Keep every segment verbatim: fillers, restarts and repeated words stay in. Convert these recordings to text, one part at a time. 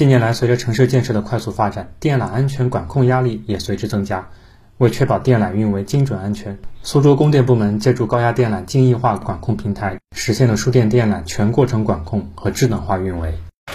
近年来，随着城市建设的快速发展，电缆安全管控压力也随之增加。为确保电缆运维精准安全，苏州供电部门借助高压电缆精益化管控平台，实现了输电电缆全过程管控和智能化运维。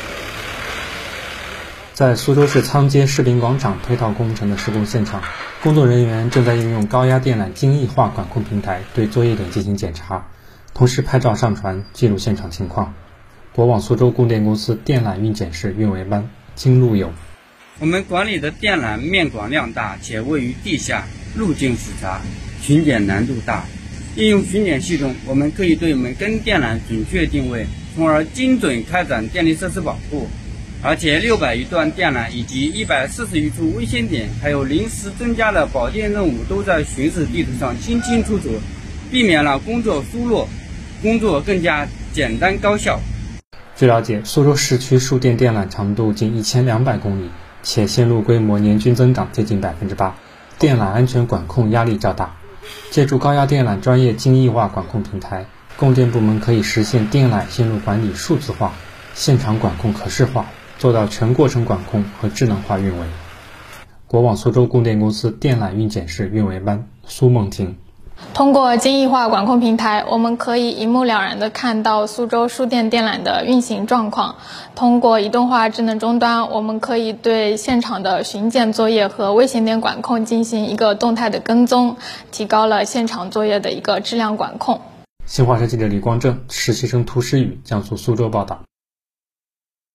在苏州市仓街士兵广场配套工程的施工现场，工作人员正在应用高压电缆精益化管控平台对作业点进行检查，同时拍照上传记录现场情况。国网苏州供电公司电缆运检室运维班金路友： 我们管理的电缆面广量大，且位于地下，路径复杂，巡检难度大。应用巡检系统，我们可以对每根电缆准确定位，从而精准开展电力设施保护。而且六百余段电缆以及一百四十余处危险点，还有临时增加的保电任务，都在巡视地图上清清楚楚，避免了工作疏漏，工作更加简单高效。 据了解，苏州市区输电电缆长度近一千两百公里，且线路规模年均增长接近百分之八，电缆安全管控压力较大。借助高压电缆专业精益化管控平台，供电部门可以实现电缆线路管理数字化、现场管控可视化，做到全过程管控和智能化运维。国网苏州供电公司电缆运检室运维班苏梦婷： 通过精益化管控平台，我们可以一目了然地看到苏州输电电缆的运行状况。通过移动化智能终端，我们可以对现场的巡检作业和危险点管控进行一个动态的跟踪，提高了现场作业的一个质量管控。 新华社记者李光正，实习生涂诗雨，江苏苏州报道。